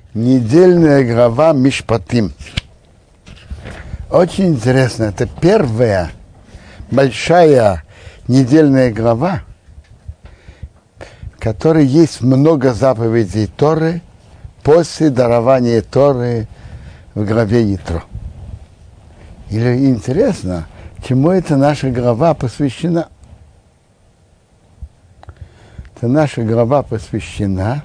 Недельная глава Мишпатим. Очень интересно. Это первая большая недельная глава, в которой есть много заповедей Торы после дарования Торы в главе Итро. Или интересно, чему эта наша глава посвящена? Это наша глава посвящена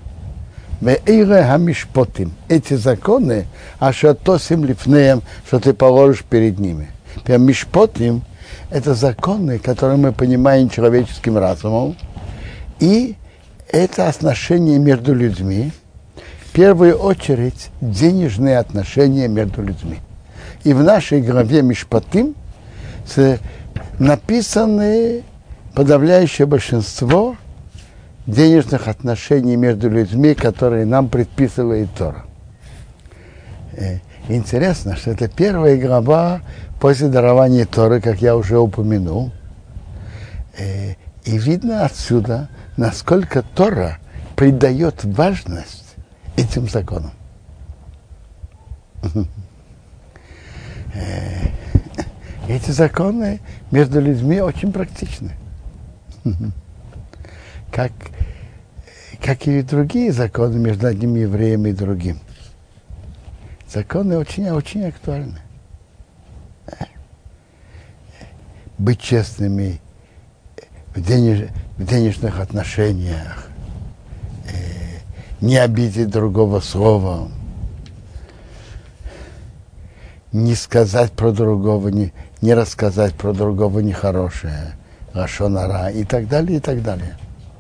эти законы, ашатосим лифнеем, что ты положишь перед ними. Мишпотим – это законы, которые мы понимаем человеческим разумом, и это отношения между людьми, в первую очередь денежные отношения между людьми. И в нашей главе Мишпатим написаны подавляющее большинство денежных отношений между людьми, которые нам предписывает Тора. Интересно, что это первая глава после дарования Торы, как я уже упомянул. И видно отсюда, насколько Тора придает важность этим законам. Эти законы между людьми очень практичны. Как и другие законы между одним евреем и другим. Законы очень актуальны. Быть честными в денежных отношениях, не обидеть другого слова, не сказать про другого, не рассказать про другого нехорошее, лашон ара и так далее, и так далее.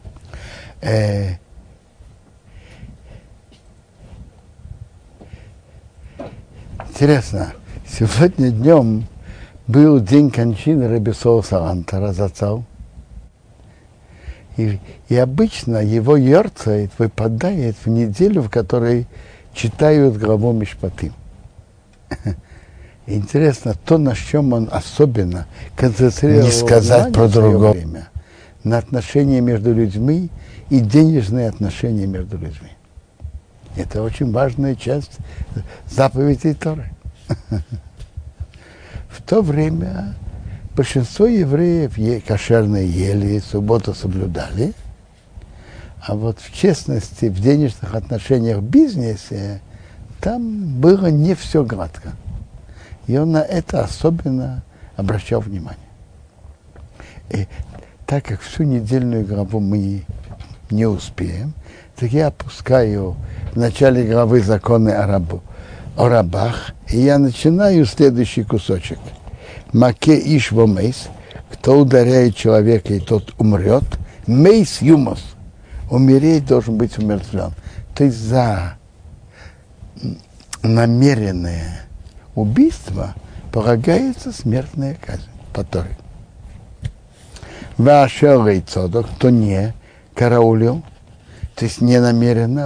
Интересно, сегодня днем был день кончины Раби Соло Салантера зацал. И обычно его йорцайт выпадает в неделю, в которой читают главу Мишпатим. Интересно, то, на чем он особенно концентрировал, не сказать про другое время, на отношения между людьми и денежные отношения между людьми. Это очень важная часть заповедей Торы. В то время большинство евреев кошерно ели, субботу соблюдали, а вот в честности, в денежных отношениях в бизнесе, там было не все гладко. И он на это особенно обращал внимание. И так как всю недельную главу мы не успеем, так я опускаю в начале главы законы о рабах, и я начинаю следующий кусочек. Маке иш во мейс, кто ударяет человека, и тот умрет. Мейс юмос, умереть должен быть умертвлен. То есть за намеренное убийство полагается смертная казнь по Торе. Вашел цодок, кто не караулил, то есть не намеренно,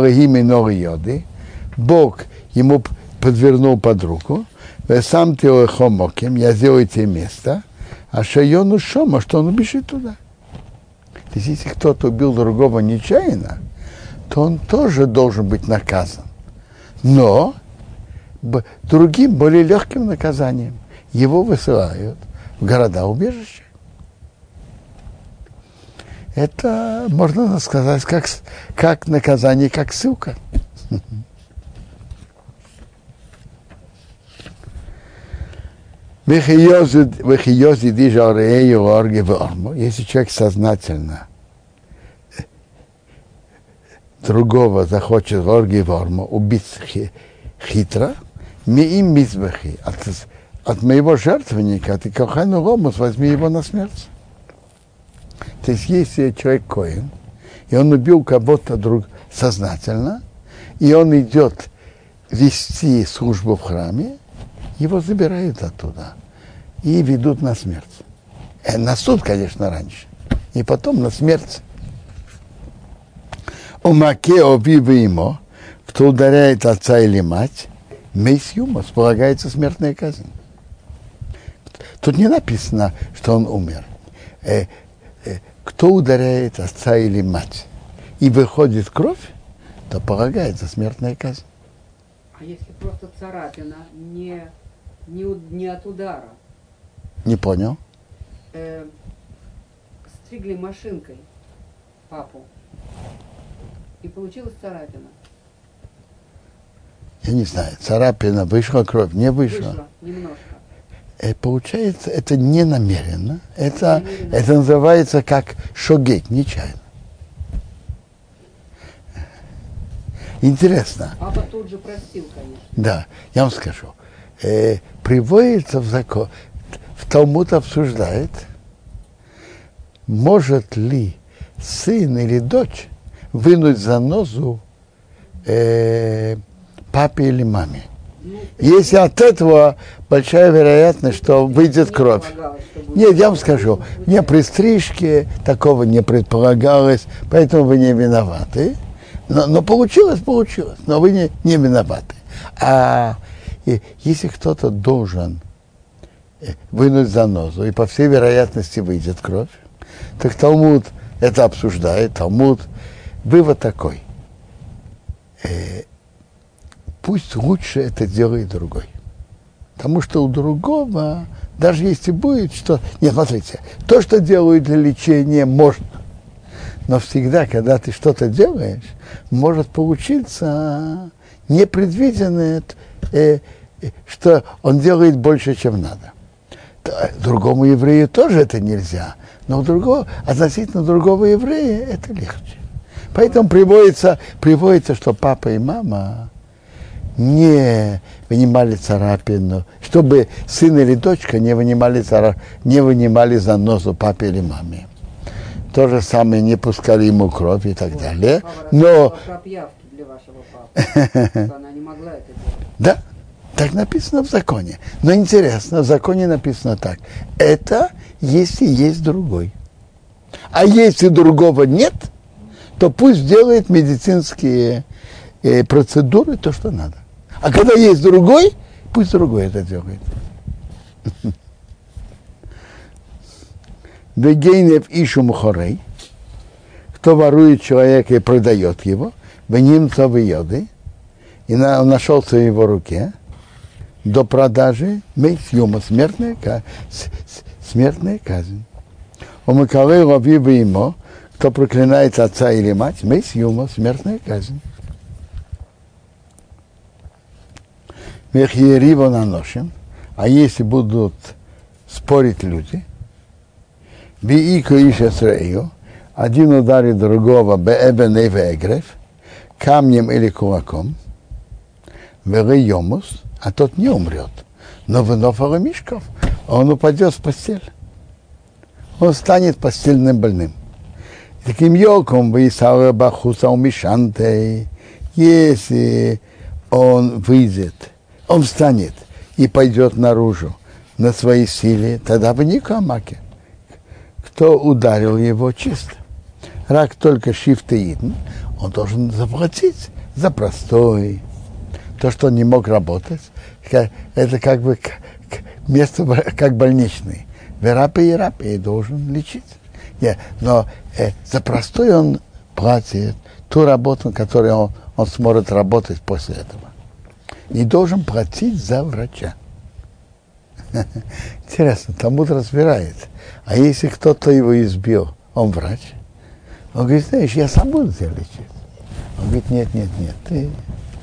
Бог ему подвернул под руку, сам ты хомоким, я сделаю тебе место, а шайону шома, что он убежит туда. То есть если кто-то убил другого нечаянно, то он тоже должен быть наказан. Но другим, более легким наказанием его высылают в города-убежища. Это, можно сказать, как наказание, как ссылка. Если человек сознательно другого захочет в орге ворма убить хитро, им мизбахи, от моего жертвенника, ты кохану ломус, возьми его на смерть. То есть, если человек коин, и он убил кого-то сознательно, и он идет вести службу в храме, его забирают оттуда и ведут на смерть. На суд, конечно, раньше. И потом на смерть. Умаке обивы ему, кто ударяет отца или мать, мейс юмос, полагается смертная казнь. Тут не написано, что он умер. Кто ударяет отца или мать, и выходит кровь, то полагается смертная казнь. А если просто царапина, не от удара? Не понял. Стригли машинкой папу, и получилась царапина. Я не знаю, царапина, вышла кровь, не вышла. Вышла немножко. Получается, это не намеренно. Это называется как шогек, нечаянно. Интересно. Папа тут же простил, конечно. Да, я вам скажу. Приводится в закон, в Талмуд обсуждает, может ли сын или дочь вынуть занозу папе или маме. Если от этого большая вероятность, что выйдет кровь. Нет, я вам скажу, мне при стрижке такого не предполагалось, поэтому вы не виноваты. Но получилось, но вы не виноваты. А если кто-то должен вынуть занозу, и по всей вероятности выйдет кровь, так Талмуд это обсуждает. Талмуд, вывод такой. Пусть лучше это делает другой. Потому что у другого, даже если будет что... Нет, смотрите, то, что делают для лечения, можно. Но всегда, когда ты что-то делаешь, может получиться непредвиденное, что он делает больше, чем надо. Другому еврею тоже это нельзя, но относительно другого еврея это легче. Поэтому приводится, что папа и мама не вынимали царапину, чтобы сын или дочка не вынимали занозу папе или маме. То же самое, не пускали ему кровь и так далее. Но... для вашего папы, она не могла это делать. Да, так написано в законе. Но интересно, в законе написано так. Это если есть другой. А если другого нет, то пусть делает медицинские процедуры, то, что надо. А когда есть другой, пусть другой это делает. Вегейнев ишу мухорей, кто ворует человека и продает его, венимца выеды, и он нашелся в его руке, до продажи мейсюма, смертная казнь. Омыкалы ловивы ему, кто проклинает отца или мать, мейсюма, смертная казнь. Мехьериво наношим, а если будут спорить люди, Биику ишесрею, один ударит другого беэбен и вегрев, камнем или кулаком, велейомус, а тот не умрет, но вынов мишков, он упадет в постель. Он станет постельным больным. Таким йоком выисала бахуса умишантей, если он выйдет, он встанет и пойдет наружу на своей силе, тогда бы никамаке. Кто ударил его чисто. Рак только шифтеидн, он должен заплатить за простой. То, что он не мог работать, это как бы место как больничный. Верапи и рапи должен лечить. Но за простой он платит ту работу, которую он сможет работать после этого. Не должен платить за врача. Интересно, Талмуд разбирает. А если кто-то его избил, он врач, он говорит, знаешь, я сам буду тебя лечить. Он говорит, нет, ты,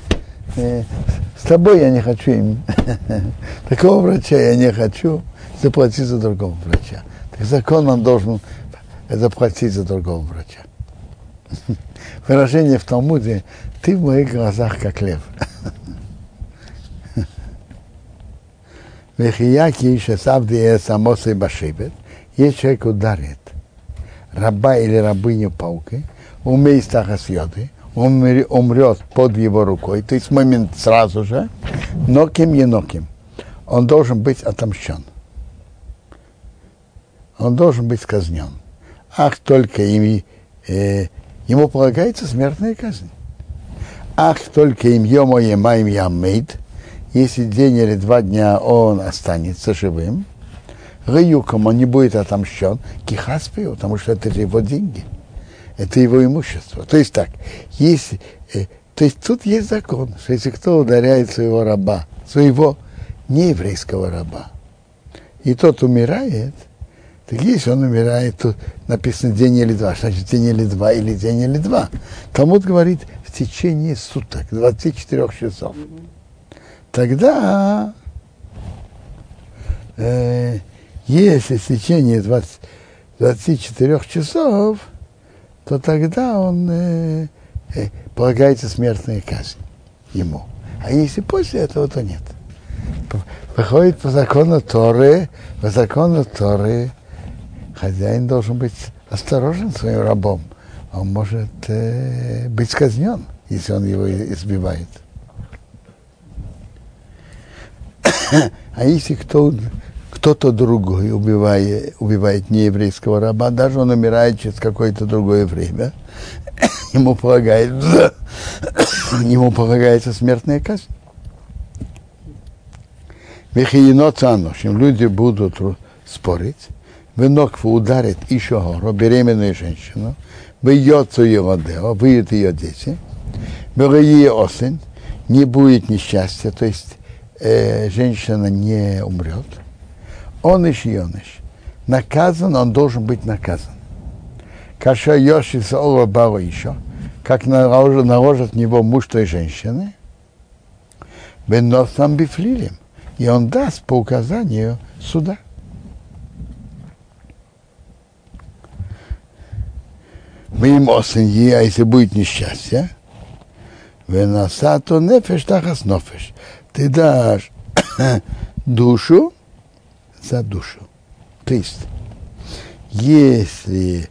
с тобой я не хочу, такого врача я не хочу, заплатить за другого врача. Так закон он должен заплатить за другого врача. Выражение в Талмуде, ты в моих глазах как лев. Вехияки еще савди самосой башибет, если человек ударит раба или рабыню палкой, умеет стахасьоды, он умрет под его рукой, то есть в момент сразу же, ноким и ноким, он должен быть отомщен. Он должен быть казнен. Ах, только ему полагается смертная казнь. Ах, только им йомо емаим ямейд, если день или 2 дня он останется живым, раюком он не будет отомщен, кихаспию, потому что это его деньги, это его имущество. То есть так, если То есть тут есть закон, что если кто ударяет своего раба, своего нееврейского раба, и тот умирает, так если он умирает, тут написано день или два, значит день или два или день или два. Талмуд говорит в течение суток, 24 часов. Тогда, если в течение 24 часов, то тогда он полагается смертная казнь ему. А если после этого, то нет. Выходит по закону Торы, хозяин должен быть осторожен своим рабом. Он может быть казнен, если он его избивает. А если кто-то другой убивает нееврейского раба, даже он умирает через какое-то другое время, ему полагается смертная казнь. Люди будут спорить, Венокфу ударит еще гору, беременную женщину, выйдется ее водео, выйдут ее дети, ее осень, не будет несчастья, то есть женщина не умрет. Он ищ. Наказан, он должен быть наказан. Каша Йошиса Олабава еще, как наложит в него муж той женщины, Беносам Бифлилем, и он даст по указанию суда. Мы им осеньи, а если будет несчастье, Венасато нефеш тахас нофеш, ты дашь душу за душу. То есть, если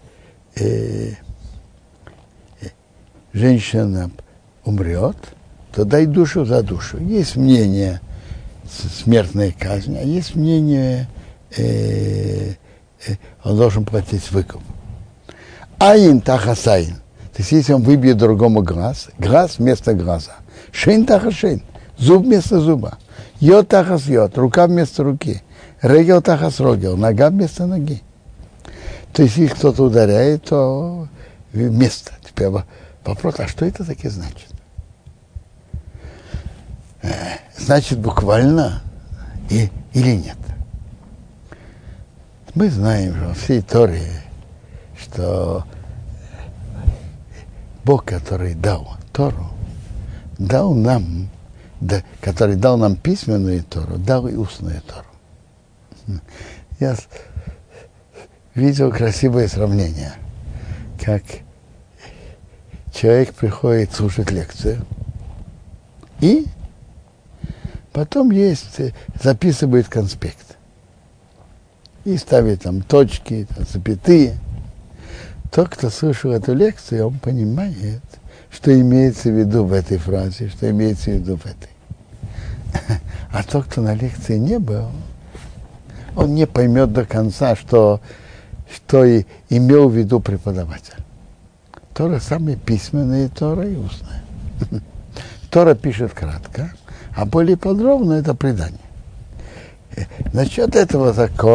женщина умрет, то дай душу за душу. Есть мнение смертной казни, а есть мнение, он должен платить выкуп. Айн тахасайн. То есть, если он выбьет другому глаз вместо глаза. Шейн тахашейн. Зуб вместо зуба. Йод тахас йод. Рука вместо руки. Регел тахас рогел. Нога вместо ноги. То есть, если кто-то ударяет, то вместо. Теперь вопрос, а что это таки значит? Значит, буквально или нет? Мы знаем во всей Торе, что Бог, который дал Тору, дал нам, который дал нам письменную Тору, дал и устную Тору. Я видел красивое сравнение, как человек приходит слушать лекцию, и потом записывает конспект. И ставит там точки, там, запятые. Тот, кто слышал эту лекцию, он понимает, что имеется в виду в этой фразе, что имеется в виду в этой. А тот, кто на лекции не был, он не поймет до конца, что и имел в виду преподаватель. Тора самая письменная, Тора и устная. Тора пишет кратко, а более подробно это предание. Насчет этого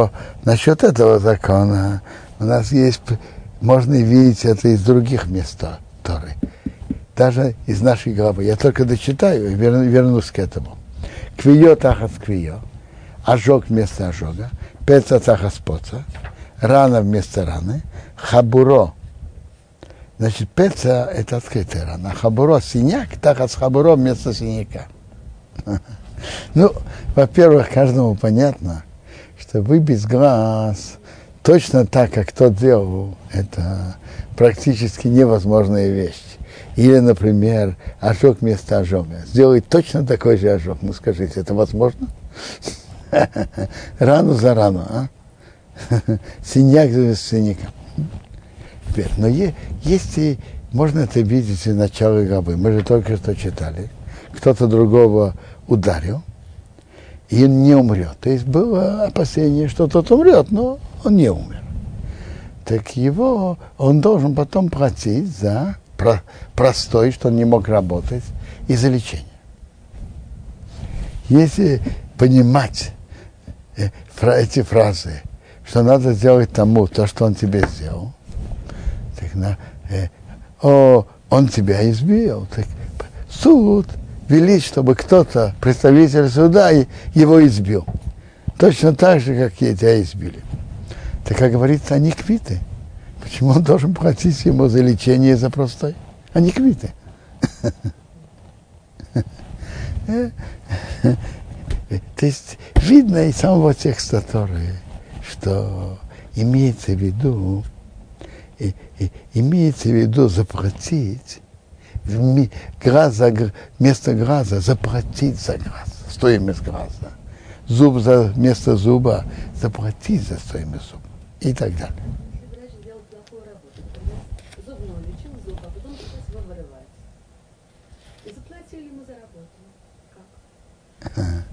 закона у нас есть, можно видеть это из других мест Торы, даже из нашей главы. Я только дочитаю и вернусь к этому. Квио тахас квио, ожог вместо ожога, пеца тахас поца, рана вместо раны, хабуро. Значит, пеца – это открытая рана, а хабуро – синяк, тахас хабуро вместо синяка. Ну, во-первых, каждому понятно, что выбить глаз точно так, как тот делал, это практически невозможная вещь. Или, например, ожог вместо ожога. Сделать точно такой же ожог. Ну, скажите, это возможно? Рану за рану, а? Синяк за синяком. Но если можно это видеть из начала главы, мы же только что читали, кто-то другого ударил, и он не умрет. То есть было опасение, что тот умрет, но он не умер. Так он должен потом платить за простой, что он не мог работать, и за лечение. Если понимать эти фразы, что надо сделать тому то, что он тебе сделал, так он тебя избил, так суд велит, чтобы кто-то, представитель суда, его избил. Точно так же, как и тебя избили. Так, как говорится, они квиты. Почему он должен платить ему за лечение и за простой? Они квиты. То есть видно из самого текста Торы, что имеется в виду заплатить вместо граза, заплатить за граз, стоимость граза. Зуб за вместо зуба, заплатить за стоимость зуба и так далее. Если врач делал плохую работу, например, зубной лечил зуб, а потом пришлось его вырывать. И заплатили ему за работу. Как?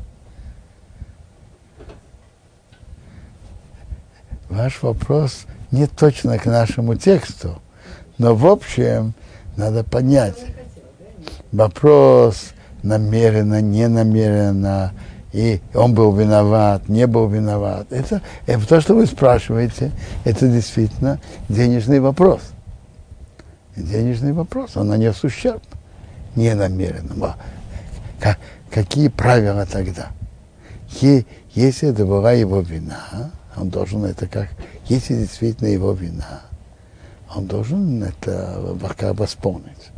Ваш вопрос не точно к нашему тексту, но в общем надо понять. Вопрос намеренно, не намеренно, и он был виноват, не был виноват. Это то, что вы спрашиваете, это действительно денежный вопрос. Денежный вопрос, он нанес ущерб. Не намеренно. Какие правила тогда? Если это была его вина, он должен это как... Если действительно его вина, он должен это как восполнить.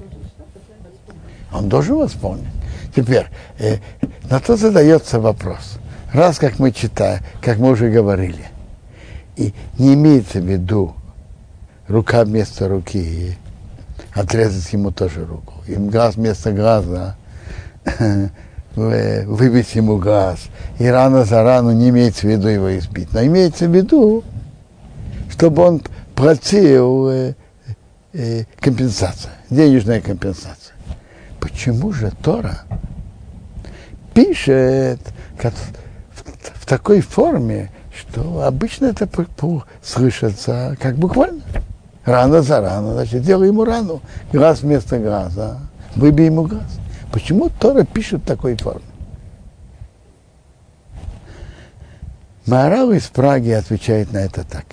Он должен восполнить. Теперь, на то задается вопрос. Раз, как мы читаем, как мы уже говорили, и не имеется в виду рука вместо руки, отрезать ему тоже руку. И глаз вместо глаза, выбить ему глаз. И рано за рану не имеется в виду его избить. Но имеется в виду, чтобы он платил компенсацию, денежная компенсация. Почему же Тора пишет в такой форме, что обычно это слышится как буквально? Рано за рану, значит, делай ему рану, глаз вместо глаза, выбей ему глаз. Почему Тора пишет в такой форме? Маорал из Праги отвечает на это так.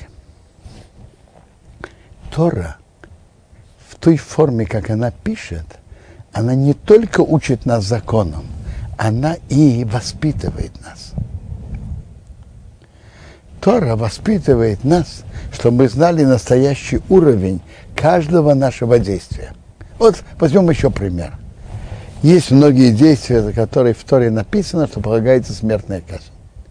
Тора в той форме, как она пишет, она не только учит нас законам, она и воспитывает нас. Тора воспитывает нас, чтобы мы знали настоящий уровень каждого нашего действия. Вот возьмем еще пример. Есть многие действия, за которые в Торе написано, что полагается смертная казнь.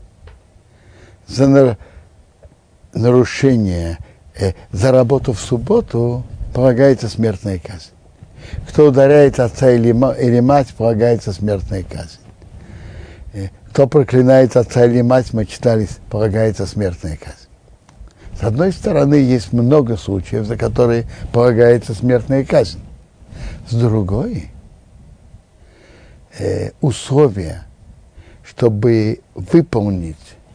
За нарушение, за работу в субботу полагается смертная казнь. Кто ударяет отца или мать, полагается смертная казнь. Кто проклинает отца или мать, мы читали, полагается смертная казнь. С одной стороны, есть много случаев, за которые полагается смертная казнь. С другой, условия, чтобы выполнить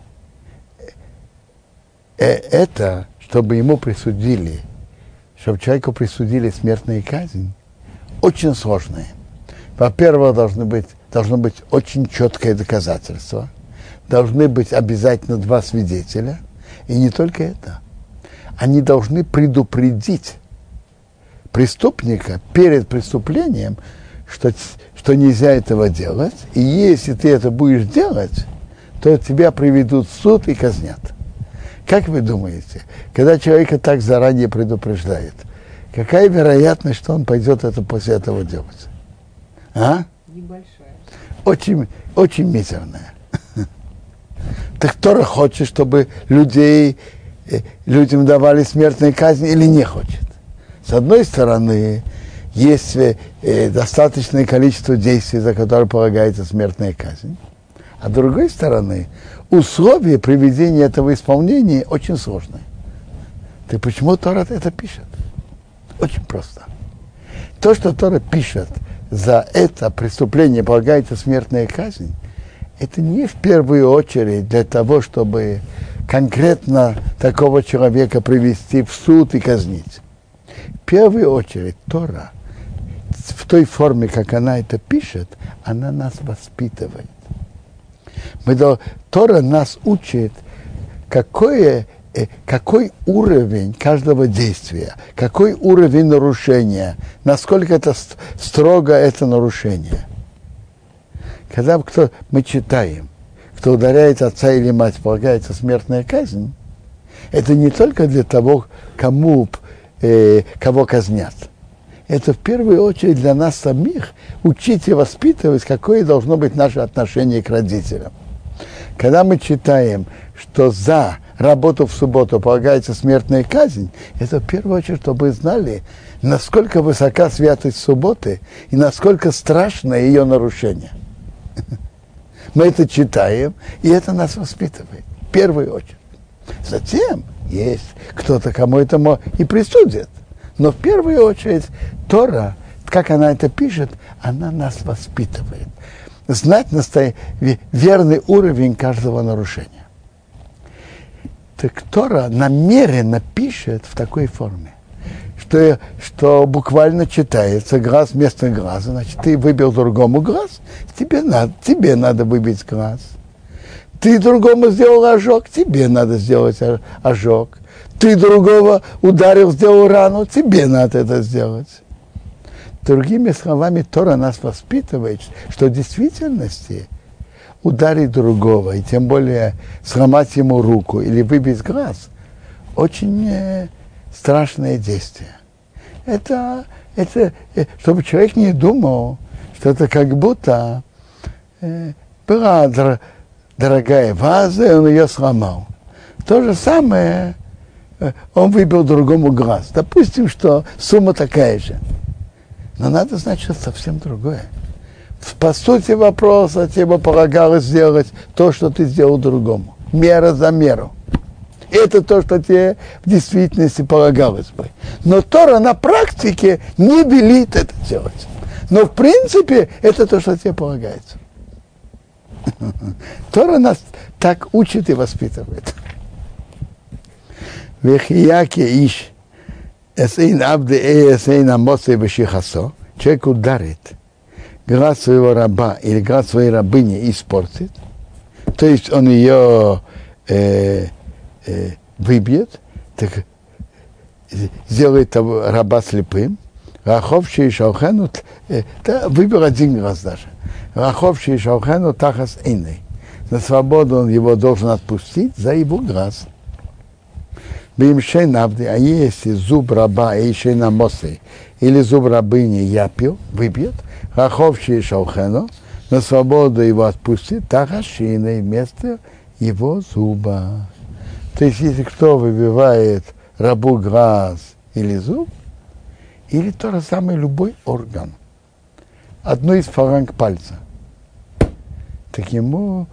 это, чтобы ему присудили, чтобы человеку присудили смертную казнь, очень сложные. Во-первых, должно быть очень четкое доказательство, должны быть обязательно 2 свидетеля, и не только это. Они должны предупредить преступника перед преступлением, что нельзя этого делать, и если ты это будешь делать, то тебя приведут в суд и казнят. Как вы думаете, когда человека так заранее предупреждает, какая вероятность, что он пойдет это после этого делать? А? Небольшая. Очень, очень мизерная. Так Тора хочет, чтобы людям давали смертную казнь или не хочет? С одной стороны, есть достаточное количество действий, за которые полагается смертная казнь. А с другой стороны, условия приведения этого исполнения очень сложные. Так почему Тора это пишет? Очень просто. То, что Тора пишет, за это преступление полагается смертная казнь, это не в первую очередь для того, чтобы конкретно такого человека привести в суд и казнить. В первую очередь Тора, в той форме, как она это пишет, она нас воспитывает. Тора нас учит, какое какой уровень каждого действия, какой уровень нарушения, насколько это строго это нарушение. Когда мы читаем, кто ударяет отца или мать, полагается смертная казнь, это не только для того, кого казнят. Это в первую очередь для нас самих учить и воспитывать, какое должно быть наше отношение к родителям. Когда мы читаем, что за работу в субботу полагается смертная казнь, это в первую очередь, чтобы вы знали, насколько высока святость субботы и насколько страшно ее нарушение. Мы это читаем, и это нас воспитывает, в первую очередь. Затем есть кто-то, кому это и присудит. Но в первую очередь Тора, как она это пишет, она нас воспитывает. Знать верный уровень каждого нарушения. Так Тора намеренно пишет в такой форме, что буквально читается глаз вместо глаза. Значит, ты выбил другому глаз, тебе надо выбить глаз. Ты другому сделал ожог, тебе надо сделать ожог. Ты другого ударил, сделал рану, тебе надо это сделать. Другими словами, Тора нас воспитывает, что в действительности ударить другого, и тем более сломать ему руку или выбить глаз, очень страшное действие. Это, чтобы человек не думал, что это как будто была дорогая ваза, и он ее сломал. То же самое он выбил другому глаз. Допустим, что сумма такая же. Но надо знать, что совсем другое. По сути вопроса тебе полагалось сделать то, что ты сделал другому. Мера за меру. Это то, что тебе в действительности полагалось бы. Но Тора на практике не велит это делать. Но в принципе это то, что тебе полагается. Тора нас так учит и воспитывает. Человек ударит глаз своего раба или глаз своей рабыни и испортит, то есть он ее выбьет, так сделает раба слепым, раховший шалхену, выбил один глаз даже, раховший шалхену тахас эйной. На свободу он его должен отпустить за его глаз. А если зуб раба и на мосы, или зуб рабыни япил, выбьет, раховший шалхену, на свободу его отпустит, тахашиной вместо его зуба. То есть, если кто выбивает рабу глаз или зуб, или то же самое любой орган, одну из фаланг пальца, так ему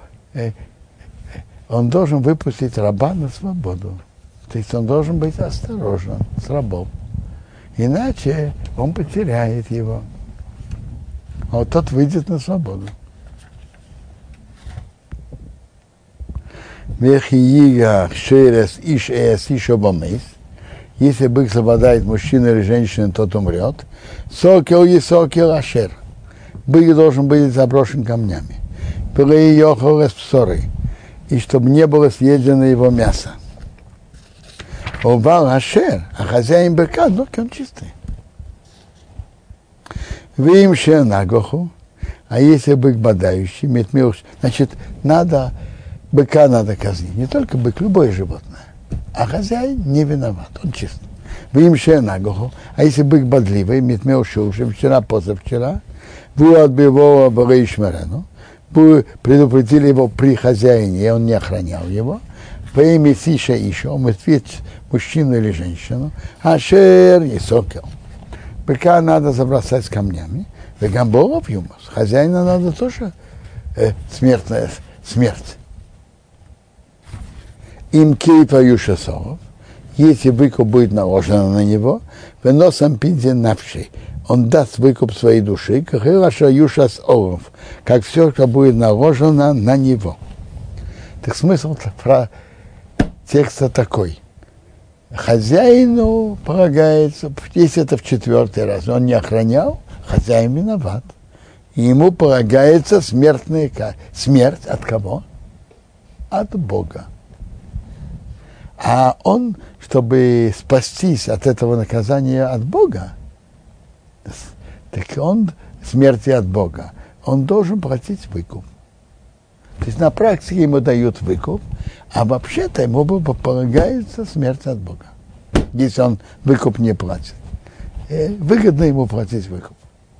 он должен выпустить раба на свободу. То есть он должен быть осторожен с рабом. Иначе он потеряет его. А вот тот выйдет на свободу. Если бык забодает мужчину или женщину, тот умрет. Сокел и сокел ашер. Бык должен быть заброшен камнями. И чтобы не было съедено его мясо. Обал ашер, а хозяин быка, ну, он чистый. Вы им ще нагоху, а если бык бодающий, значит, быка надо казнить. Не только бык, любое животное. А хозяин не виноват, он чист. Вы им ще нагоху, а если бык бодливый, метмел шуршим, вчера, позавчера, вы отбивого барышмарену, вы предупредили его при хозяине, и он не охранял его. По имя Сиша еще, он ответит мужчину или женщину, ашер и сокел. Быка надо забросать камнями, вегамболов юмус. Хозяина надо тоже смерть. Им кейпа юшасов, если выкуп будет наложено на него, выносом пинзе навший, он даст выкуп своей души, как все, что будет наложено на него. Так смысл текста такой. Хозяину полагается, если это в 4-й раз, он не охранял, хозяин виноват. И ему полагается смерть от кого? От Бога. А он, чтобы спастись от этого наказания от Бога, так он смерти от Бога, он должен платить выкуп. То есть на практике ему дают выкуп, а вообще-то ему полагается смерть от Бога, если он выкуп не платит. Выгодно ему платить выкуп.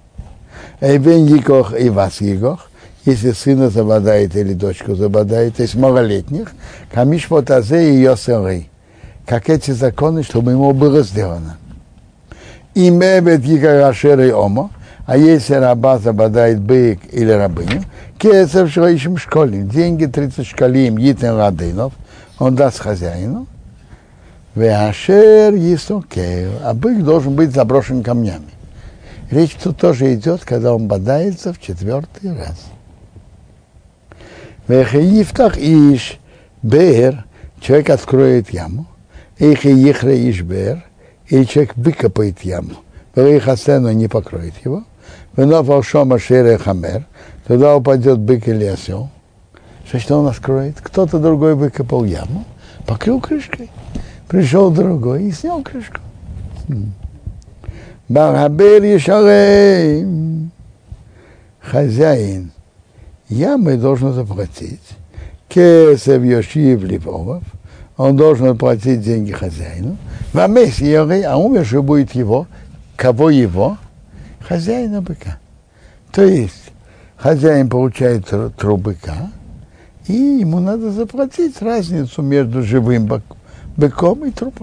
И вас Егох, если сына забодает или дочку забодает, то есть малолетних, камиш потазе и йосерей, как эти законы, чтобы ему было сделано. И мебет гигарашерей омо, а если раба забодает бык или рабыню, кесов шлоишим школим, деньги 30 шкалим, йитен ладынов, он даст хозяину, веашер йисокею, а бык должен быть заброшен камнями. Речь тут тоже идет, когда он бодается в 4-й раз. Вехаифтах иш бер, человек откроет яму, эхаихре иш бер, и человек выкопает яму, вехасену не покроет его, венов алшома шере хамер, туда упадет бык или осел. Что он откроет? Кто-то другой выкопал яму, покрыл крышкой, пришел другой и снял крышку. Барабер Ешалем, хозяин ямы должен заплатить. Кесев Йошив Ливовов, он должен платить деньги хозяину. Вамес Йорей, а умерший будет его, кого его? Хозяина быка. То есть хозяин получает труп быка, и ему надо заплатить разницу между живым быком и трупом.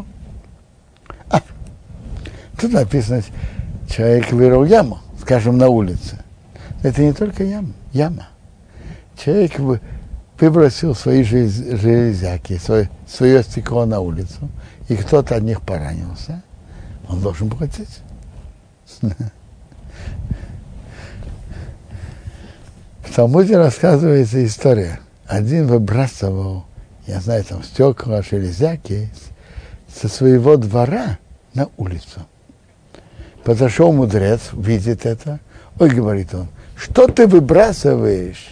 Тут написано, человек вырыл яму, скажем, на улице. Это не только яма. Человек выбросил свои железяки, свое стекло на улицу, и кто-то от них поранился, он должен платить. В Талмуде рассказывается история. Один выбрасывал, я знаю, там стекла, железяки со своего двора на улицу. Подошел мудрец, видит это. Ой, говорит он, что ты выбрасываешь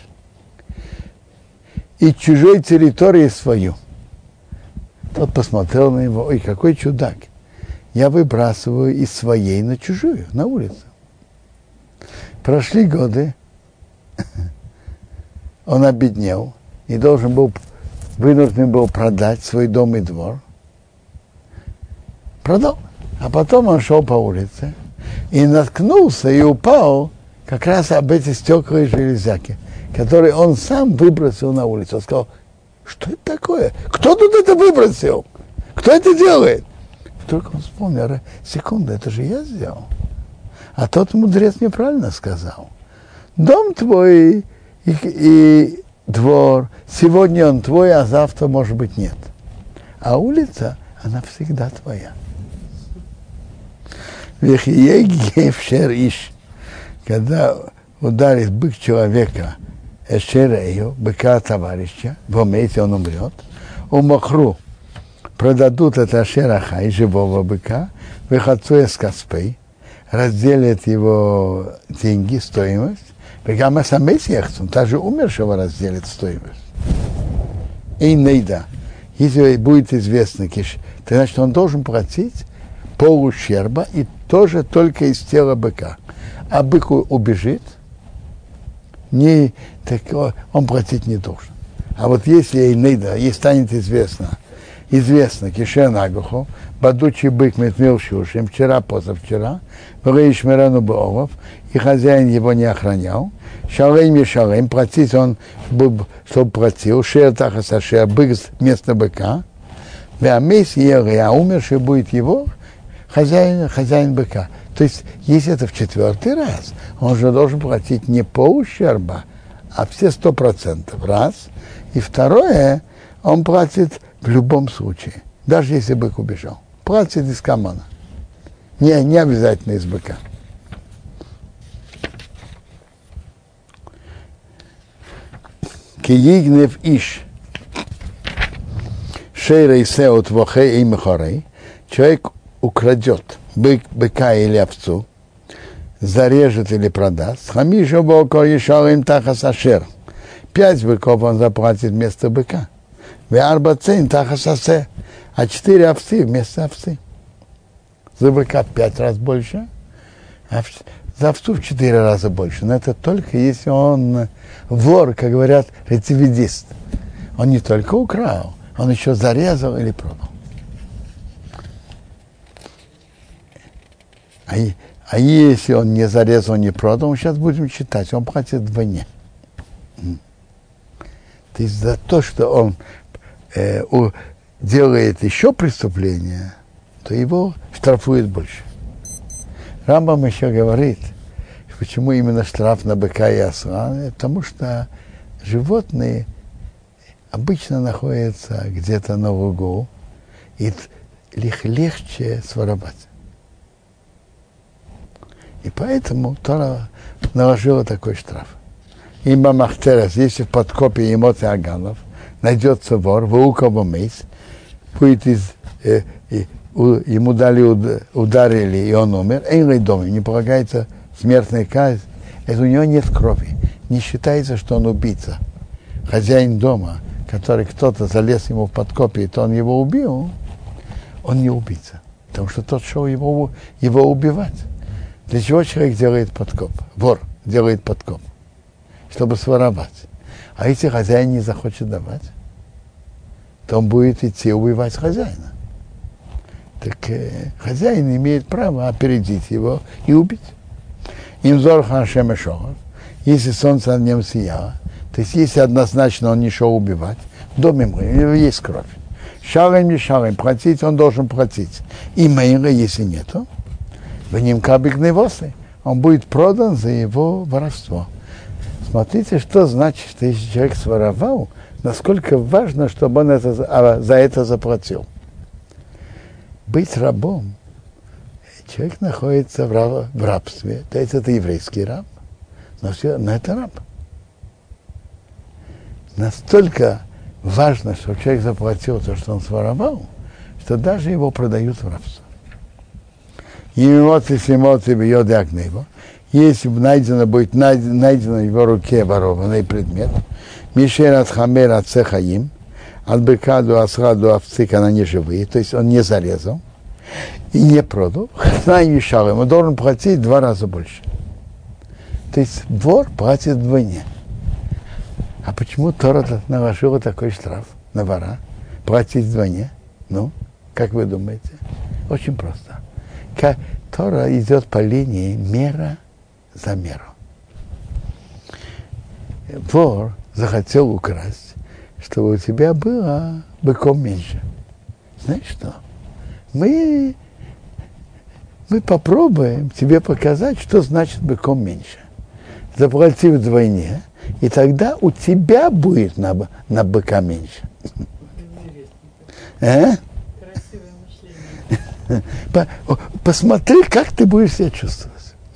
из чужой территории свою? Тот посмотрел на него, ой, какой чудак. Я выбрасываю из своей на чужую, на улицу. Прошли годы, он обеднел и вынужден был продать свой дом и двор. Продал. А потом он шел по улице и наткнулся и упал как раз об эти стекла и железяки, которые он сам выбросил на улицу. Он сказал, что это такое? Кто тут это выбросил? Кто это делает? Вдруг он вспомнил, секунду, это же я сделал. А тот мудрец неправильно сказал. Дом твой и двор, сегодня он твой, а завтра, может быть, нет. А улица, она всегда твоя. Когда ударит бык человека, эшерею, быка товарища, в омете он умрет, у махру продадут это ашерахай, живого быка, выходцуя с каспей, разделят его деньги, стоимость, бегама самец яхцун, также умершего разделит стоимость. И нейда, если будет известно, то значит он должен платить пол ущерба и тоже только из тела быка. А бык убежит, он платить не должен. А вот если станет известно, кишен агуху, бадучий бык метмил шушим, вчера, позавчера, врыш мирану беолов, и хозяин его не охранял, шалейм, платить он, чтобы платил, шея бык вместо быка, а умерший будет его, хозяин быка. То есть, если это в 4-й раз, он же должен платить не пол ущерба, а все 100%. Раз. И второе, он платит в любом случае, даже если бык убежал. Платит из камана. Не обязательно из быка. Киигнев иш. Шейрей сеут вохей и мехорей. Человек украдет быка или овцу, зарежет или продаст. Хамишу боко ешал им тахасашер. 5 быков он заплатит вместо быка. Веарба цейн тахасасе. а 4 овцы вместо овцы. За быка 5 раз больше, а за овцу в 4 раза больше. Но это только если он вор, как говорят, рецидивист. Он не только украл, он еще зарезал или продал. А если он не зарезал, не продал, мы сейчас будем читать, он платит вдвойне. То есть за то, что он делает еще преступление, то его штрафуют больше. Рамбам еще говорит, почему именно штраф на быка и осла, потому что животные обычно находятся где-то на лугу, и их легче своровать. И поэтому Тора наложила такой штраф. Има махтерес, если в подкопе эмоций аганов найдется вор, ваукова мейс, будет ему дали, ударили, и он умер, эйнлей доме, не полагается смертная казнь, это у него нет крови, не считается, что он убийца. Хозяин дома, который кто-то залез ему в подкопе, и то он его убил, он не убийца, потому что тот шел его убивать. Для чего человек делает подкоп? Вор делает подкоп, чтобы своровать. А если хозяин не захочет давать, то он будет идти убивать хозяина. Так хозяин имеет право опередить его и убить. Имзор хашем и шохов. Если солнце над ним сияло, то есть если однозначно он не шел убивать, в доме у него есть кровь. Шалем не шалем, платить он должен платить. И мейра, если нету, в ним кабикные восы, он будет продан за его воровство. Смотрите, что значит, что если человек своровал, насколько важно, чтобы он за это заплатил. Быть рабом, человек находится в рабстве, то есть это еврейский раб, но это раб. Настолько важно, чтобы человек заплатил то, что он своровал, что даже его продают в рабство. Если будет найдено в его руке ворованный предмет, Мишер от хамер от цехаим, от быка до осла до овцы, когда они живые, то есть он не зарезал и не продал, он должен платить 2 раза больше. То есть вор платит вдвойне. А почему Тора наложила такой штраф на вора? Платить вдвойне? Ну, как вы думаете? Очень просто. Тора идет по линии мера за меру. Вор захотел украсть, чтобы у тебя было быком меньше. Знаешь что? Мы попробуем тебе показать, что значит быком меньше. Заплати вдвойне, и тогда у тебя будет на быка меньше. Красивое мышление. Посмотри, как ты будешь себя чувствовать.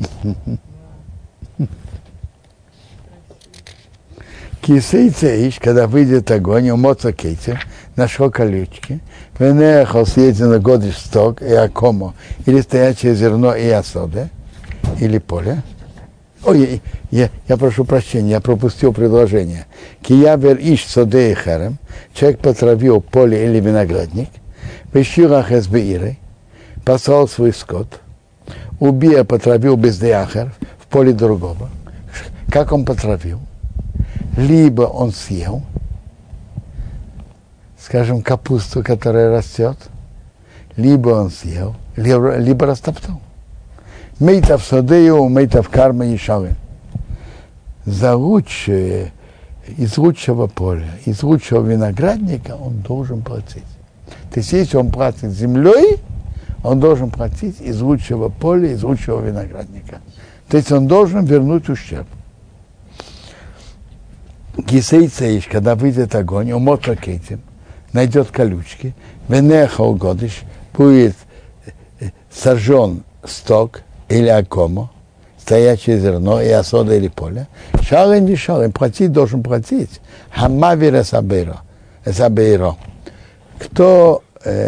Кисей цеиш, когда выйдет огонь, умоца кейте, нашел колючки, венехал съедет на годиш сток и акому, или стоячее зерно и осоды, или поле. Ой, я прошу прощения, я пропустил предложение. Киявер иш соде и херем, человек потравил поле или виноградник, вещирах из беиры, послал свой скот, убия потравил без деахер в поле другого. Как он потравил? Либо он съел, скажем, капусту, которая растет, либо он съел, либо растоптал. Мейтав содею, мейтав карма и шалы. За лучшее, из лучшего поля, из лучшего виноградника он должен платить. То есть, если он платит землей, он должен платить из лучшего поля, из лучшего виноградника. То есть, он должен вернуть ущерб. Кисей цеиш, когда выйдет огонь, умота кетим, найдет колючки, венехал годиш, будет сожжен сток или акому, стоячее зерно и осода или поле, шален не шален, платить должен платить. Хамавир эсабейро. Кто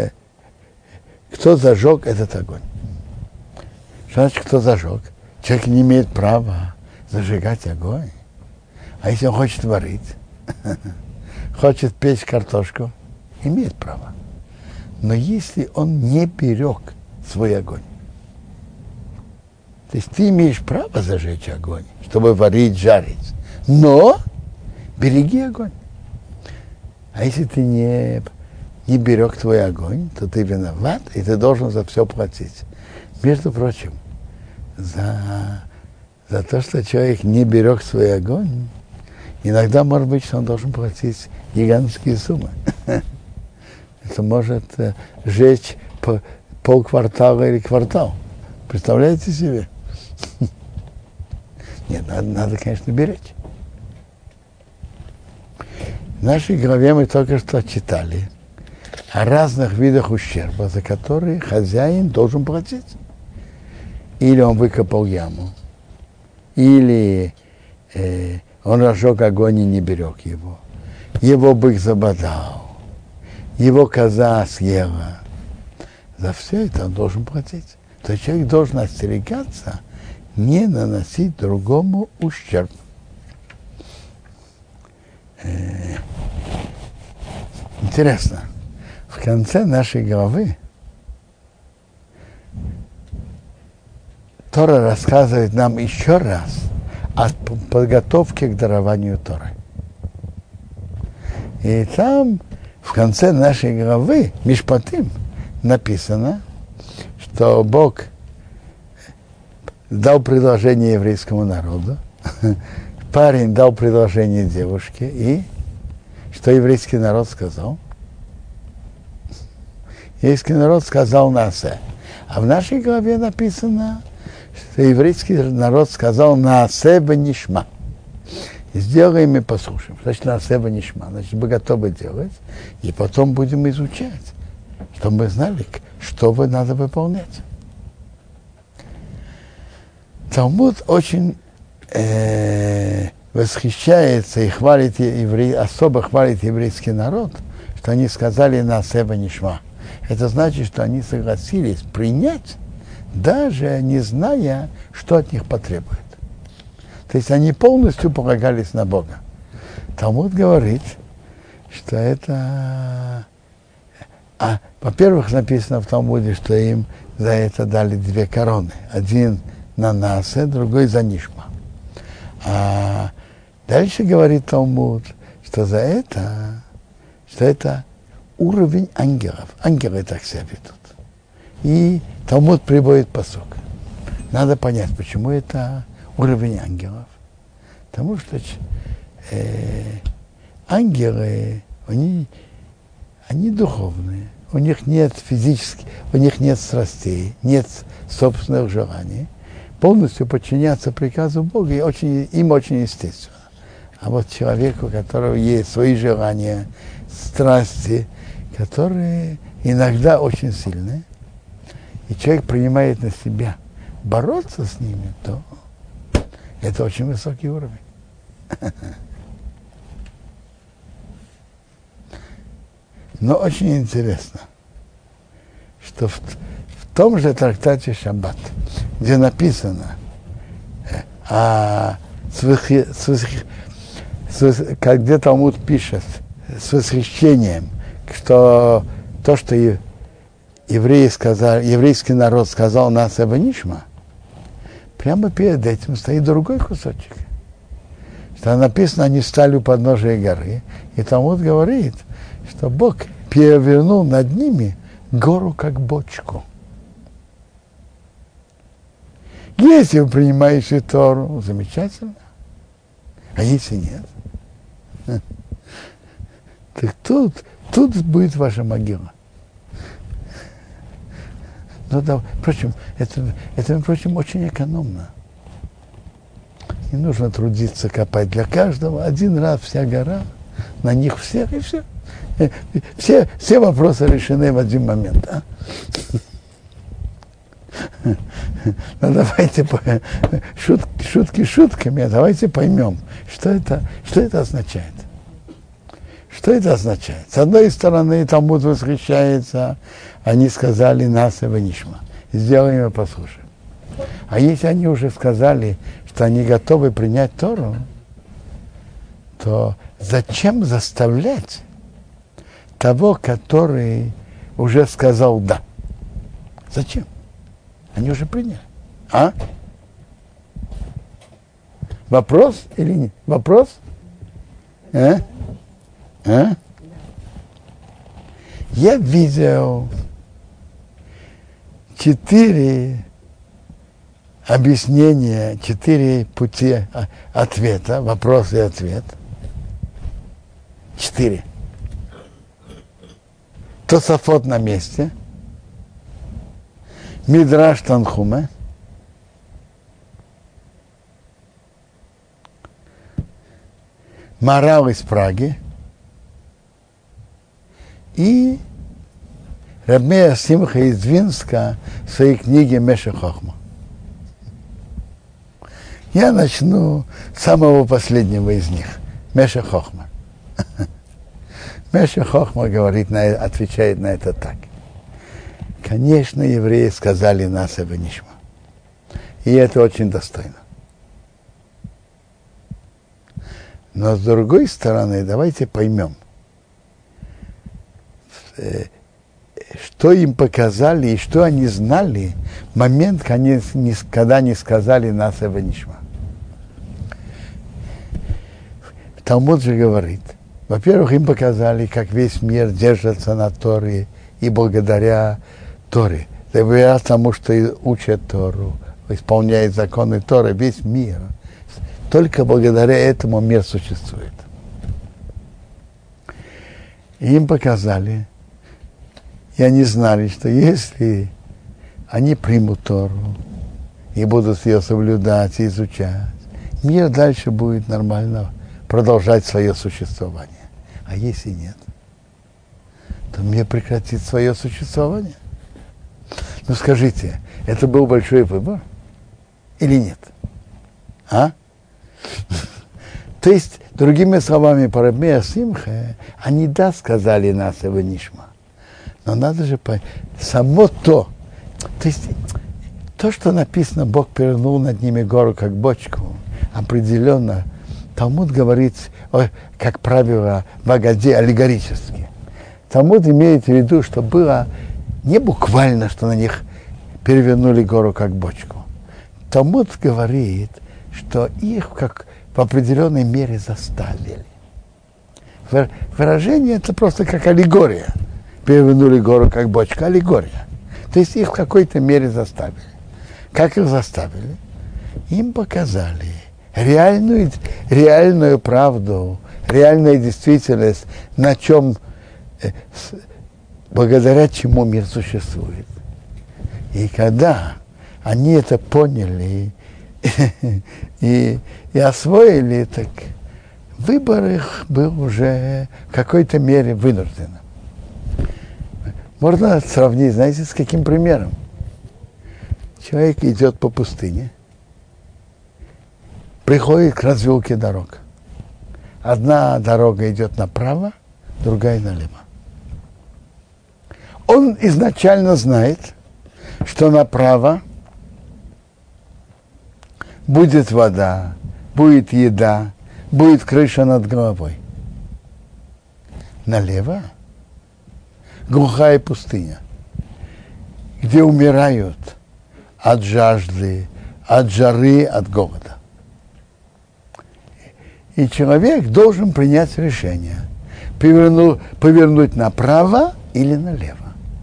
зажег этот огонь? Что значит, кто зажег? Человек не имеет права зажигать огонь. А если он хочет варить, хочет печь картошку, имеет право. Но если он не берег свой огонь, то есть ты имеешь право зажечь огонь, чтобы варить, жарить, но береги огонь. А если ты не берег твой огонь, то ты виноват, и ты должен за все платить. Между прочим, за то, что человек не берег свой огонь, иногда может быть, что он должен платить гигантские суммы. Это может сжечь полквартала или квартал. Представляете себе? Нет, надо, конечно, беречь. В нашей главе мы только что читали о разных видах ущерба, за которые хозяин должен платить. Или он выкопал яму, или он разжег огонь и не берег его бык забодал, его коза съела. За все это он должен платить. То есть человек должен остерегаться не наносить другому ущерб. Интересно, в конце нашей главы Тора рассказывает нам еще раз о подготовке к дарованию Торы. И там в конце нашей главы Мишпатим написано, что Бог дал предложение еврейскому народу, парень дал предложение девушке, и что еврейский народ сказал? Еврейский народ сказал Наасе. А в нашей главе написано, что еврейский народ сказал Наасе бенишма. Сделаем и послушаем. Значит, Наасе бенишма. Значит, мы готовы делать, и потом будем изучать, чтобы мы знали, что надо выполнять. Талмуд очень восхищается и хвалит особо хвалит еврейский народ, что они сказали Наасе бенишма. Это значит, что они согласились принять, даже не зная, что от них потребует. То есть они полностью полагались на Бога. Талмуд говорит, что это... во-первых, написано в Талмуде, что им за это дали 2 короны. Один на Наасе, другой за Нишма. А дальше говорит Талмуд, что это уровень ангелов. Ангелы так себя ведут. И Талмуд приводит пасук. Надо понять, почему это уровень ангелов. Потому что ангелы, они духовные. У них нет физических, у них нет страстей, нет собственных желаний. Полностью подчиняться приказу Бога им очень естественно. А вот человеку, у которого есть свои желания, страсти, которые иногда очень сильные, и человек принимает на себя бороться с ними, то это очень высокий уровень. Но очень интересно, что в том же трактате Шаббат, где написано, где Талмуд пишет с восхищением, что то, что еврейский народ сказал Наасе бенишма, прямо перед этим стоит другой кусочек. Что написано, они стали у подножия горы, и Талмуд говорит, что Бог перевернул над ними гору как бочку. Если вы принимаете Тору, замечательно. А если нет? Так тут будет ваша могила. Но да, впрочем, впрочем, очень экономно. Не нужно трудиться копать для каждого. Один раз вся гора, на них всех, и все. Все вопросы решены в один момент. А? Ну давайте шутки шутками, а давайте поймем, что это означает. Что это означает? С одной стороны, Талмуд восхищается, они сказали Наасе бенишма, сделаем и послушаем. А если они уже сказали, что они готовы принять Тору, то зачем заставлять того, который уже сказал «да». Зачем? Они уже приняли. А? Вопрос или нет? Вопрос? А? А? Я видел 4 объяснения, 4 пути ответа, вопрос и ответ. 4. Тосафот на месте. Мидраш Танхуме. Морал из Праги. И Рабмея Симха из Винска в своей книге Мешех Хохма. Я начну с самого последнего из них. Мешех Хохма. Мешех Хохма отвечает на это так. Конечно, евреи сказали Наасе венишма. И это очень достойно. Но с другой стороны, давайте поймем, что им показали и что они знали в момент, когда они сказали Наасе венишма. Талмуд же говорит, во-первых, им показали, как весь мир держится на Торе и благодаря Торе. Благодаря тому, что учат Тору, исполняет законы Торы, весь мир. Только благодаря этому мир существует. И им показали, и они знали, что если они примут Тору и будут ее соблюдать и изучать, мир дальше будет нормально продолжать свое существование. А если нет, то мир прекратит свое существование. Ну скажите, это был большой выбор или нет? А? То есть, другими словами, по Рабмея Симха, они да сказали Наасе венишма. Но надо же понять, само то есть, то, что написано, Бог перевернул над ними гору, как бочку, определенно, Талмуд говорит, как правило, в Агаде аллегорически. Талмуд имеет в виду, что было не буквально, что на них перевернули гору, как бочку. Талмуд говорит, что их как в определенной мере заставили. Выражение это просто как аллегория. Перевернули гору, как бочка, аллегория. То есть их в какой-то мере заставили. Как их заставили? Им показали реальную правду, реальную действительность, на чем, благодаря чему мир существует. И когда они это поняли и освоили, так выбор их был уже в какой-то мере вынужденным. Можно сравнить, знаете, с каким примером? Человек идет по пустыне, приходит к развилке дорог. Одна дорога идет направо, другая налево. Он изначально знает, что направо будет вода, будет еда, будет крыша над головой. Налево глухая пустыня, где умирают от жажды, от жары, от голода. И человек должен принять решение, повернуть направо или налево.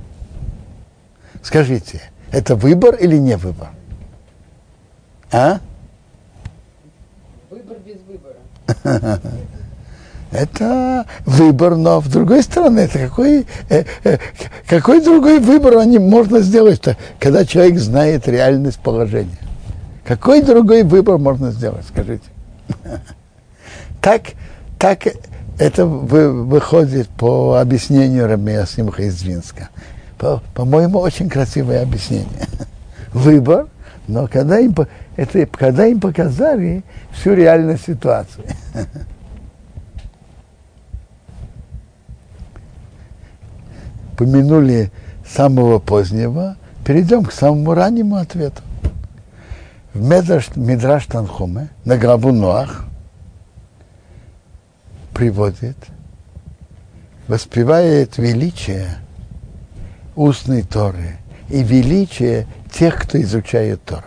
Скажите, это выбор или не выбор? А? Выбор без выбора. Это выбор, но с другой стороны, это какой другой выбор можно сделать-то, когда человек знает реальность положения? Какой другой выбор можно сделать, скажите? Так это выходит по объяснению Рабмея Симха из Винска. По-моему, очень красивое объяснение. Выбор, но когда им показали всю реальность ситуации. Помянули самого позднего, перейдем к самому раннему ответу. В Мидраш Танхуме на главу Ноах приводит, воспевает величие устной Торы и величие тех, кто изучает Тору.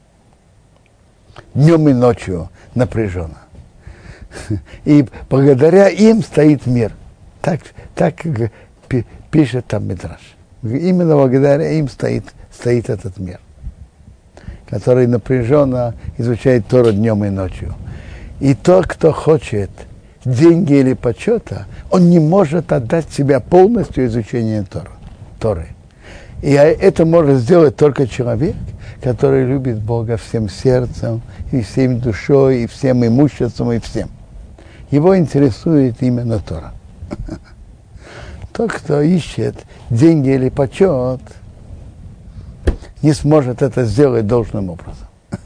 Днем и ночью напряженно. И благодаря им стоит мир. Так пишет там Мидраш. Именно благодаря им стоит этот мир, который напряженно изучает Тору днем и ночью. И тот, кто хочет деньги или почета, он не может отдать себя полностью изучению Торы. И это может сделать только человек, который любит Бога всем сердцем, и всем душой, и всем имуществом, и всем. Его интересует именно Тора. Тот, кто ищет деньги или почет, не сможет это сделать должным образом.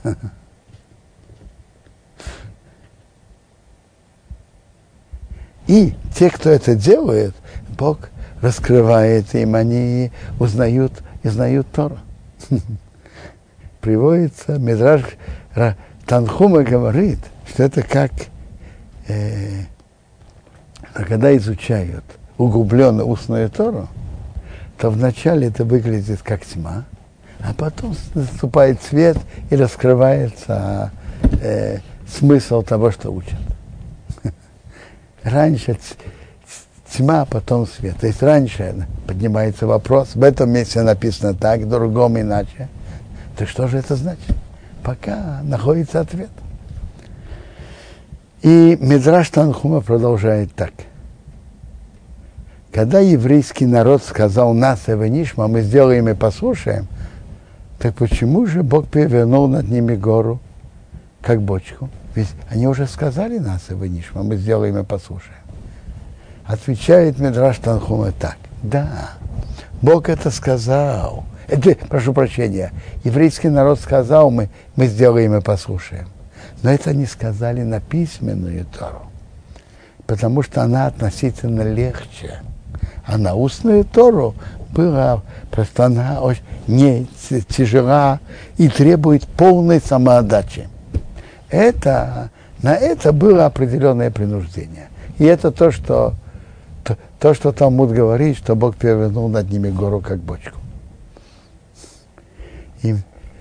И те, кто это делает, Бог раскрывает им, они узнают Тору. Приводится, Мидраш Танхума говорит, что это как, когда изучают углубленно устную Тору, то вначале это выглядит как тьма, а потом наступает свет и раскрывается смысл того, что учат. Раньше тьма, потом свет. То есть раньше поднимается вопрос, в этом месте написано так, в другом иначе. Так что же это значит? Пока находится ответ. И Мидраш Танхума продолжает так. Когда еврейский народ сказал нас и Нишма, мы сделаем и послушаем, так почему же Бог перевернул над ними гору, как бочку? Ведь они уже сказали нас и Нишма, мы сделаем и послушаем. Отвечает Мидраш Танхума так. Да, Бог это сказал. Прошу прощения, еврейский народ сказал, мы сделаем и послушаем. Но это они сказали на письменную Тору, потому что она относительно легче. А на устную Тору была, просто она очень не тяжела и требует полной самоотдачи. На это было определенное принуждение. И это то, что Талмуд говорит, что Бог перевернул над ними гору, как бочку. И,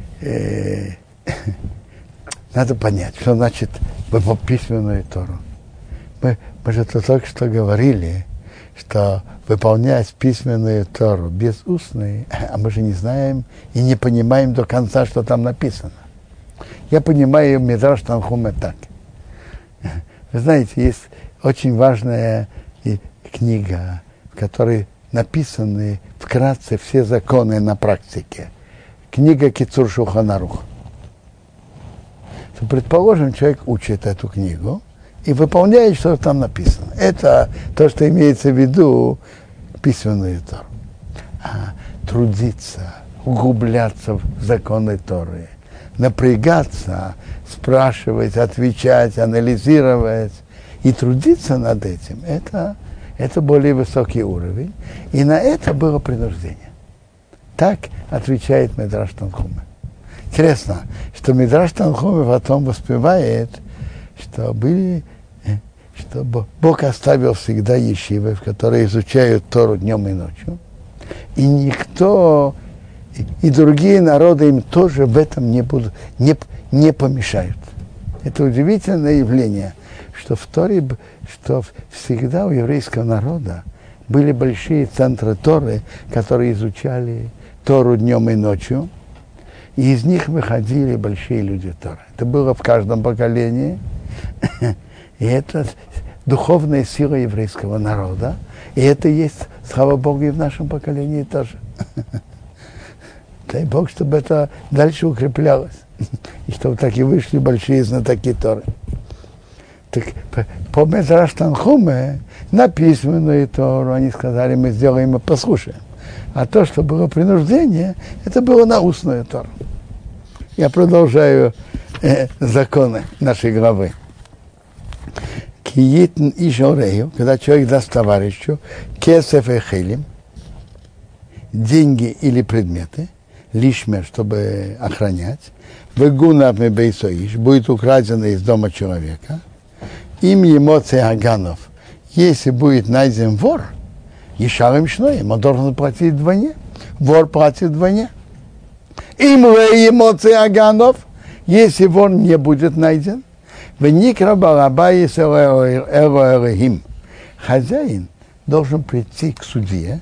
надо понять, что значит письменную Тору. Мы же только что говорили, что выполнять письменную Тору без устной, а мы же не знаем и не понимаем до конца, что там написано. Я понимаю Мидраш Танхума так. Вы знаете, есть очень важная книга, в которой написаны вкратце все законы на практике. Книга Кицур Шулхан Арух. Предположим, человек учит эту книгу и выполняет, что там написано. Это то, что имеется в виду письменную Тору. А трудиться, углубляться в законы Торы, напрягаться, спрашивать, отвечать, анализировать и трудиться над этим, это более высокий уровень. И на это было принуждение. Так отвечает Мидраш Танхума. Интересно, что Мидраш Танхума потом воспевает, что Бог оставил всегда ешивы, в которые изучают Тору днем и ночью, и никто, и другие народы им тоже в этом не помешают. Это удивительное явление, что в Торе, что всегда у еврейского народа были большие центры Торы, которые изучали Тору днем и ночью, и из них выходили большие люди Торы. Это было в каждом поколении, и это духовная сила еврейского народа, и это есть, слава Богу, и в нашем поколении тоже. Дай Бог, чтобы это дальше укреплялось, и чтобы так и вышли большие знатоки Торы. Так по Мидраш Танхуме на письменную Тору они сказали, мы сделаем и послушаем. А то, что было принуждение, это было на устную Тору. Я продолжаю законы нашей главы. Киитн и жорею, когда человек даст товарищу, кесеф и хилим, деньги или предметы, лишмер, чтобы охранять, вегунав ми бейсоиш, будет украдено из дома человека, им емоций аганов, если будет найден вор, ешарым шноем, он должен платить вдвойне. вор платит вдвойне. Им эмоции аганов, если вор не будет найден, хозяин должен прийти к судье,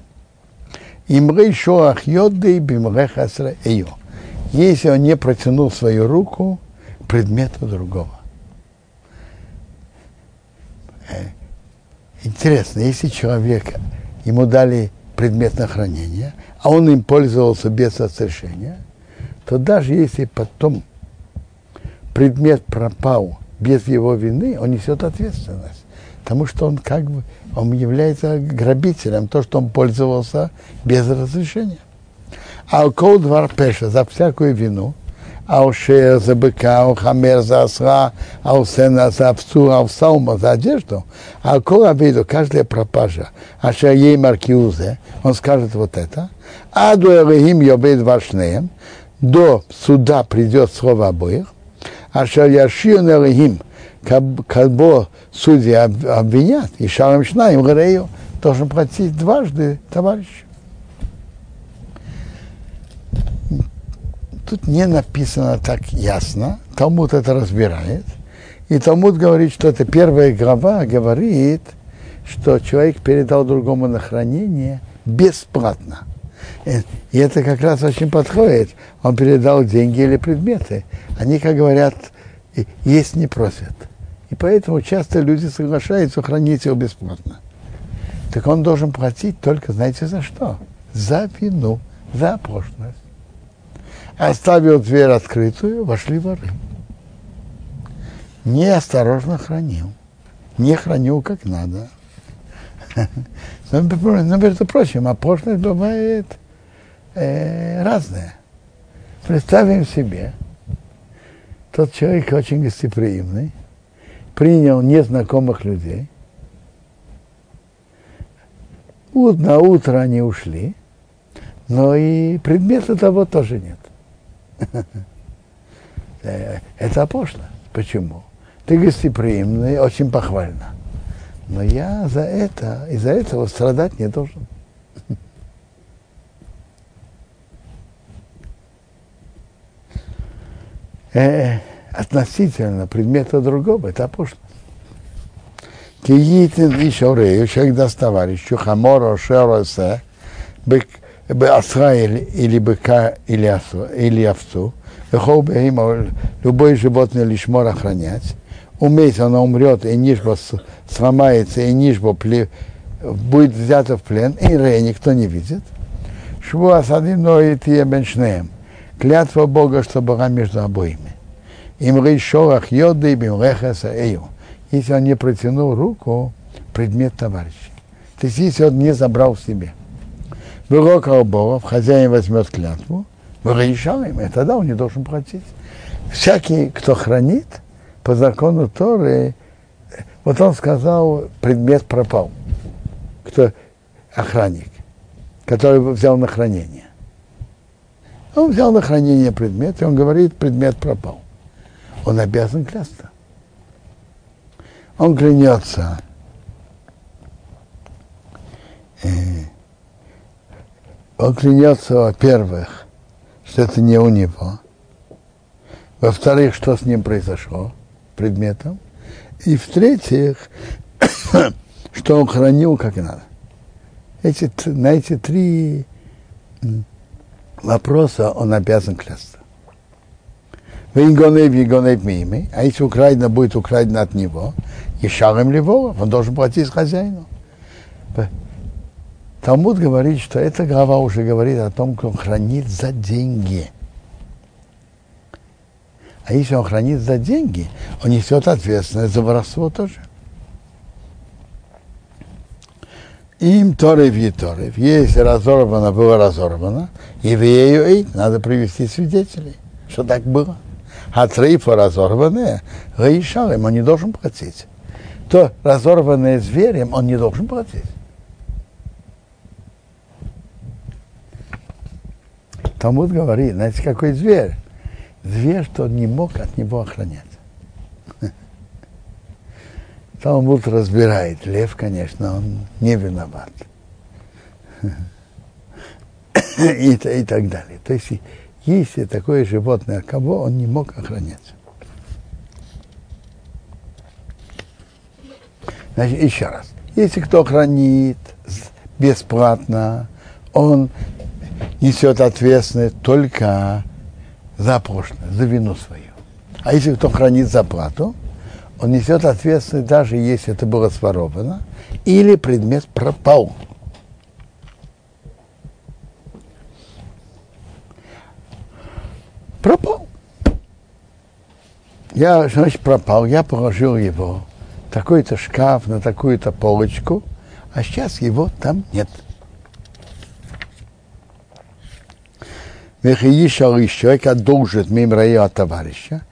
если он не протянул свою руку к предмету другого. Интересно, если человек, ему дали предмет на хранение, а он им пользовался без разрешения, то даже если потом предмет пропал без его вины, он несет ответственность. Потому что он он является грабителем, то, что он пользовался без разрешения. А у кол двор пеша за всякую вину, а у шея за быка, а у хамер за осла, а у сена за овцу, а у саума за одежду, а у кол обиду, каждая пропажа, а шея ей маркиузе, он скажет вот это, а до элегим йобейд вашнеем, до суда придет слово обоих, а шея яшион элегим, когда судьи обвинят, и шалом шнаим горею, должен платить дважды товарищу. Тут не написано так ясно, Талмуд это разбирает, и Талмуд говорит, что это первая глава говорит, что человек передал другому на хранение бесплатно. И это как раз очень подходит. Он передал деньги или предметы. Они, как говорят, есть не просят. И поэтому часто люди соглашаются хранить его бесплатно. Так он должен платить только, знаете, за что? За вину, за оплошность. Оставил дверь открытую, вошли воры. Неосторожно хранил. Не хранил как надо. Но, между прочим, оплошность бывает разная. Представим себе, тот человек очень гостеприимный, принял незнакомых людей. На утро они ушли, но и предмета того тоже нет. Это пошло. Почему? Ты гостеприимный, очень похвально. Но я из-за этого страдать не должен. Относительно предмета другого, это пошло. Киитин и шорею, человек даст товарищу, хамора, шеросе, осла или быка, или овцу, любое животное лишмор охранять, уметь, оно умрет, и нишба сломается, и нишба будет взято в плен, и никто не видит. Шву асадим ноит и беншнеем. Клятва Бога, что была между обоими. Им рейшорах йоды и бимрехаса эю. Если он не протянул руку, предмет товарища. То есть, если он не забрал себе. Вырока Богов, хозяин возьмет клятву, вырешаем, и тогда он не должен платить. Всякий, кто хранит, по закону Торы, вот он сказал, предмет пропал. Кто охранник, который взял на хранение. Он взял на хранение предмет, и он говорит, предмет пропал. Он обязан клясться. Он клянется, во-первых, что это не у него, во-вторых, что с ним произошло, предметом, и в-третьих, что он хранил как надо. На эти три вопроса он обязан клясться. А если украдено будет украдено от него, и шаром ли воров, он должен платить хозяину. Талмуд говорит, что эта глава уже говорит о том, что он хранит за деньги. А если он хранит за деньги, он несет ответственность за воровство тоже. Им торев и торев. Если разорвано, было разорвано, еврею надо привести свидетелей, что так было. А трейфа разорванные, гаишарим, он не должен платить. То разорванное зверем, он не должен платить. Талмуд говорит, знаете, какой зверь? Зверь, что он не мог от него охранять. Талмуд разбирает. Лев, конечно, он не виноват. и так далее. То есть, если такое животное, кого он не мог охранять. Значит, еще раз. Если кто хранит бесплатно, он несет ответственность только за прошлое, за вину свою. А если кто хранит за плату, он несет ответственность, даже если это было своровано, или предмет пропал. Пропал. Значит, пропал, я положил его в такой-то шкаф, на такую-то полочку, а сейчас его там нет. Человек одолжит мимо рая от товарища,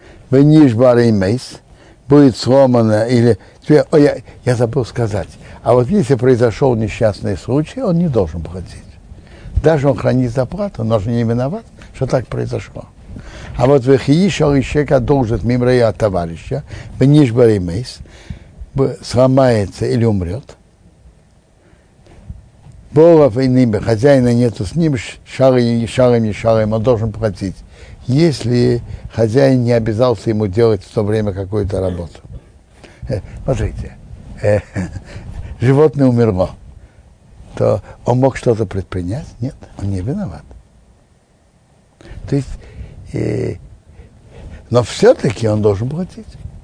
будет сломано или... Я забыл сказать, а вот если произошел несчастный случай, он не должен платить. Даже он хранит заплату, он же не виноват, что так произошло. А вот человек одолжит мимо рая от товарища, сломается или умрет, Болов и ниби, хозяина нету с ним, шарами, он должен платить, если хозяин не обязался ему делать в то время какую-то работу. Смотрите, животное умерло, то он мог что-то предпринять? Нет, он не виноват. То есть, но все-таки он должен платить.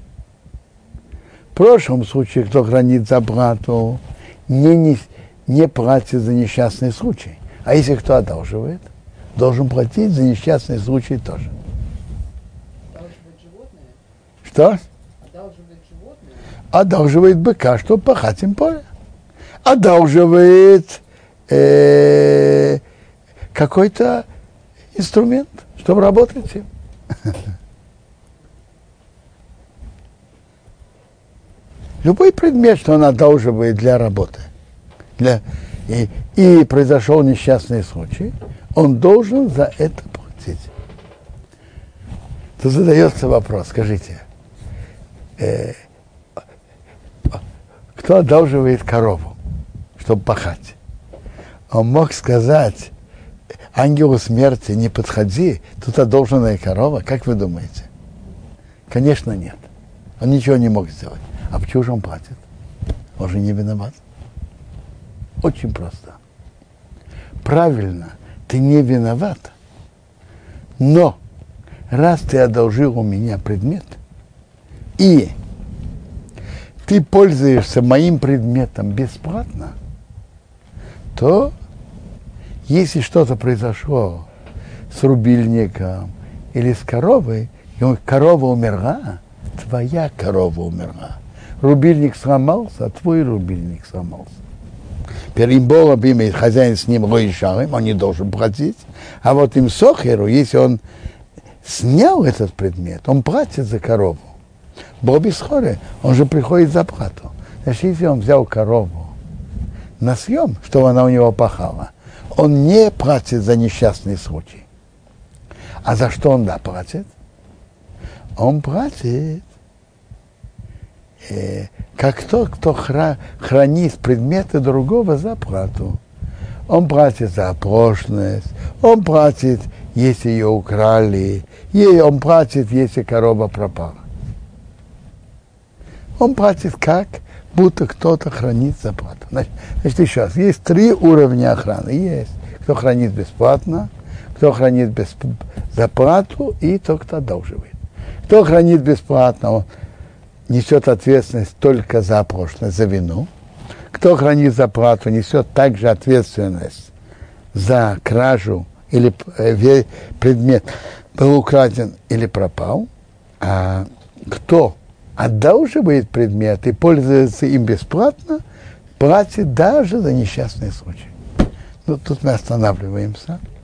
В прошлом случае, кто хранит заплату, не платит за несчастный случай. А если кто одалживает, должен платить за несчастный случай тоже. Одалживает животное? Что? Одалживает животное? Одалживает быка, чтобы пахать им поле. Одалживает какой-то инструмент, чтобы работать им. Любой предмет, что он одалживает для работы, и произошел несчастный случай, он должен за это платить. Тут задается вопрос, скажите, кто одалживает корову, чтобы пахать? Он мог сказать ангелу смерти, не подходи, тут одолженная корова, как вы думаете? Конечно, нет. Он ничего не мог сделать. А почему же он платит? Он же не виноват. Очень просто. Правильно, ты не виноват, но раз ты одолжил у меня предмет, и ты пользуешься моим предметом бесплатно, то если что-то произошло с рубильником или с коровой, и корова умерла, твоя корова умерла. Рубильник сломался, а твой рубильник сломался. Перимбола имеет хозяин с ним лоишалым, он не должен платить. А вот им сохеру, если он снял этот предмет, он платит за корову. Боби схоре, он же приходит за плату. Значит, если он взял корову на съем, чтобы она у него пахала, он не платит за несчастный случай. А за что он платит? Он платит как тот, кто хранит предметы другого за плату. Он платит за оплошность, он платит, если ее украли, и он платит, если корова пропала. Он платит как, будто кто-то хранит за плату. Значит, еще раз, есть 3 уровня охраны. Есть кто хранит бесплатно, кто хранит за плату и тот, кто одалживает. Кто хранит бесплатно, он несет ответственность только за прошлое, за вину. Кто хранит за плату, несет также ответственность за кражу или предмет был украден или пропал. А кто одалживает предмет и пользуется им бесплатно, платит даже за несчастный случай. Ну, тут мы останавливаемся.